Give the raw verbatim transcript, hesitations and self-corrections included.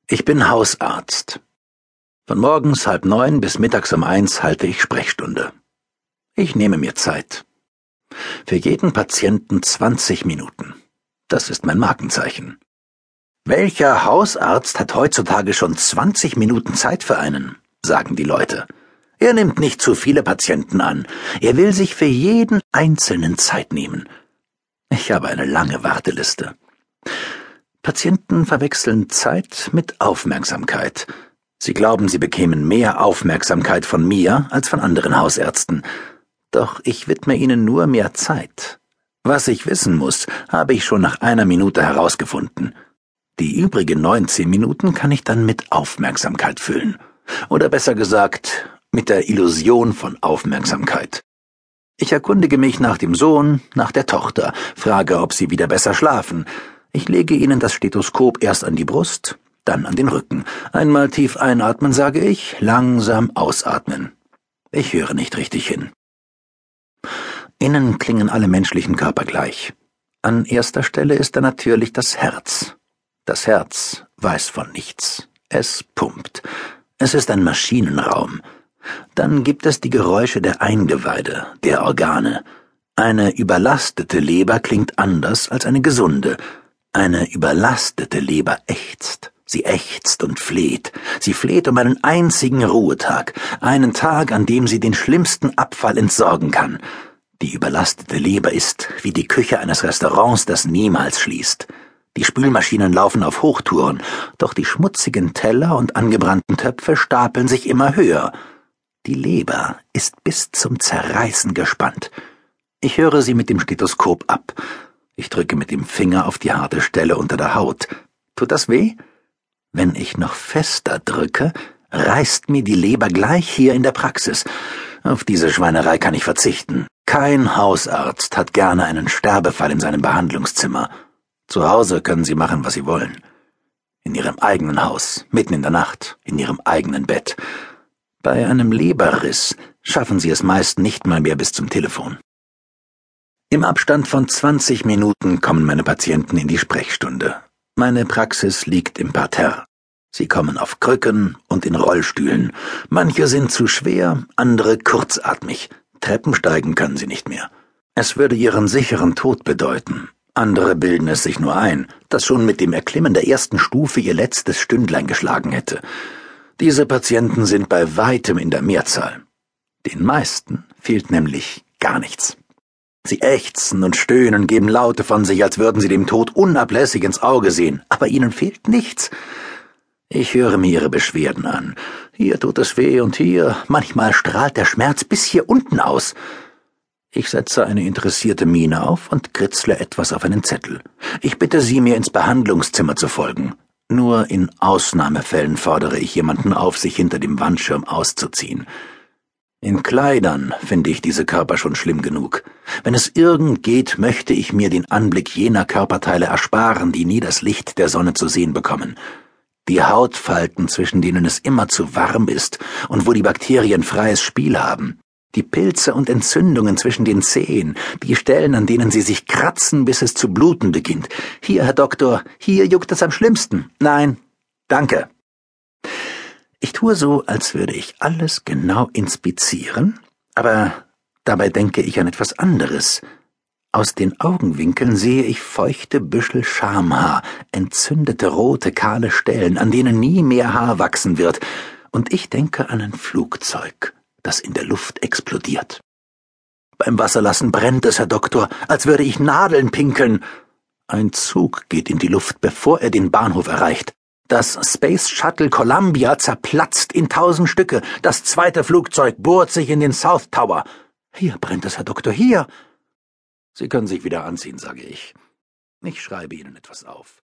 Ich bin Hausarzt. Von morgens halb neun bis mittags um eins halte ich Sprechstunde. Ich nehme mir Zeit. Für jeden Patienten zwanzig Minuten. Das ist mein Markenzeichen. Welcher Hausarzt hat heutzutage schon zwanzig Minuten Zeit für einen, sagen die Leute. Er nimmt nicht zu viele Patienten an. Er will sich für jeden Einzelnen Zeit nehmen. Ich habe eine lange Warteliste. Patienten verwechseln Zeit mit Aufmerksamkeit. Sie glauben, sie bekämen mehr Aufmerksamkeit von mir als von anderen Hausärzten. Doch ich widme ihnen nur mehr Zeit. Was ich wissen muss, habe ich schon nach einer Minute herausgefunden. Die übrigen neunzehn Minuten kann ich dann mit Aufmerksamkeit füllen. Oder besser gesagt, mit der Illusion von Aufmerksamkeit. Ich erkundige mich nach dem Sohn, nach der Tochter, frage, ob sie wieder besser schlafen. Ich lege ihnen das Stethoskop erst an die Brust, dann an den Rücken. Einmal tief einatmen, sage ich, langsam ausatmen. Ich höre nicht richtig hin. Innen klingen alle menschlichen Körper gleich. An erster Stelle ist da natürlich das Herz. Das Herz weiß von nichts. Es pumpt. Es ist ein Maschinenraum. Dann gibt es die Geräusche der Eingeweide, der Organe. Eine überlastete Leber klingt anders als eine gesunde. Eine überlastete Leber ächzt. Sie ächzt und fleht. Sie fleht um einen einzigen Ruhetag, einen Tag, an dem sie den schlimmsten Abfall entsorgen kann. Die überlastete Leber ist wie die Küche eines Restaurants, das niemals schließt. Die Spülmaschinen laufen auf Hochtouren, doch die schmutzigen Teller und angebrannten Töpfe stapeln sich immer höher. Die Leber ist bis zum Zerreißen gespannt. Ich höre sie mit dem Stethoskop ab. Ich drücke mit dem Finger auf die harte Stelle unter der Haut. Tut das weh? Wenn ich noch fester drücke, reißt mir die Leber gleich hier in der Praxis. Auf diese Schweinerei kann ich verzichten. Kein Hausarzt hat gerne einen Sterbefall in seinem Behandlungszimmer. Zu Hause können sie machen, was sie wollen. In ihrem eigenen Haus, mitten in der Nacht, in ihrem eigenen Bett. Bei einem Leberriss schaffen sie es meist nicht mal mehr bis zum Telefon. Im Abstand von zwanzig Minuten kommen meine Patienten in die Sprechstunde. Meine Praxis liegt im Parterre. Sie kommen auf Krücken und in Rollstühlen. Manche sind zu schwer, andere kurzatmig. Treppen steigen können sie nicht mehr. Es würde ihren sicheren Tod bedeuten. Andere bilden es sich nur ein, dass schon mit dem Erklimmen der ersten Stufe ihr letztes Stündlein geschlagen hätte. Diese Patienten sind bei weitem in der Mehrzahl. Den meisten fehlt nämlich gar nichts. Sie ächzen und stöhnen, geben Laute von sich, als würden sie dem Tod unablässig ins Auge sehen, aber ihnen fehlt nichts. Ich höre mir ihre Beschwerden an. Hier tut es weh und hier, manchmal strahlt der Schmerz bis hier unten aus. Ich setze eine interessierte Miene auf und kritzle etwas auf einen Zettel. Ich bitte Sie, mir ins Behandlungszimmer zu folgen. Nur in Ausnahmefällen fordere ich jemanden auf, sich hinter dem Wandschirm auszuziehen. In Kleidern finde ich diese Körper schon schlimm genug. Wenn es irgend geht, möchte ich mir den Anblick jener Körperteile ersparen, die nie das Licht der Sonne zu sehen bekommen. Die Hautfalten, zwischen denen es immer zu warm ist und wo die Bakterien freies Spiel haben. Die Pilze und Entzündungen zwischen den Zehen, die Stellen, an denen sie sich kratzen, bis es zu bluten beginnt. Hier, Herr Doktor, hier juckt es am schlimmsten. Nein, danke. Ich tue so, als würde ich alles genau inspizieren, aber dabei denke ich an etwas anderes. Aus den Augenwinkeln sehe ich feuchte Büschel Schamhaar, entzündete rote, kahle Stellen, an denen nie mehr Haar wachsen wird, und ich denke an ein Flugzeug, das in der Luft explodiert. Beim Wasserlassen brennt es, Herr Doktor, als würde ich Nadeln pinkeln. Ein Zug geht in die Luft, bevor er den Bahnhof erreicht. Das Space Shuttle Columbia zerplatzt in tausend Stücke. Das zweite Flugzeug bohrt sich in den South Tower. Hier brennt es, Herr Doktor, hier. Sie können sich wieder anziehen, sage ich. Ich schreibe Ihnen etwas auf.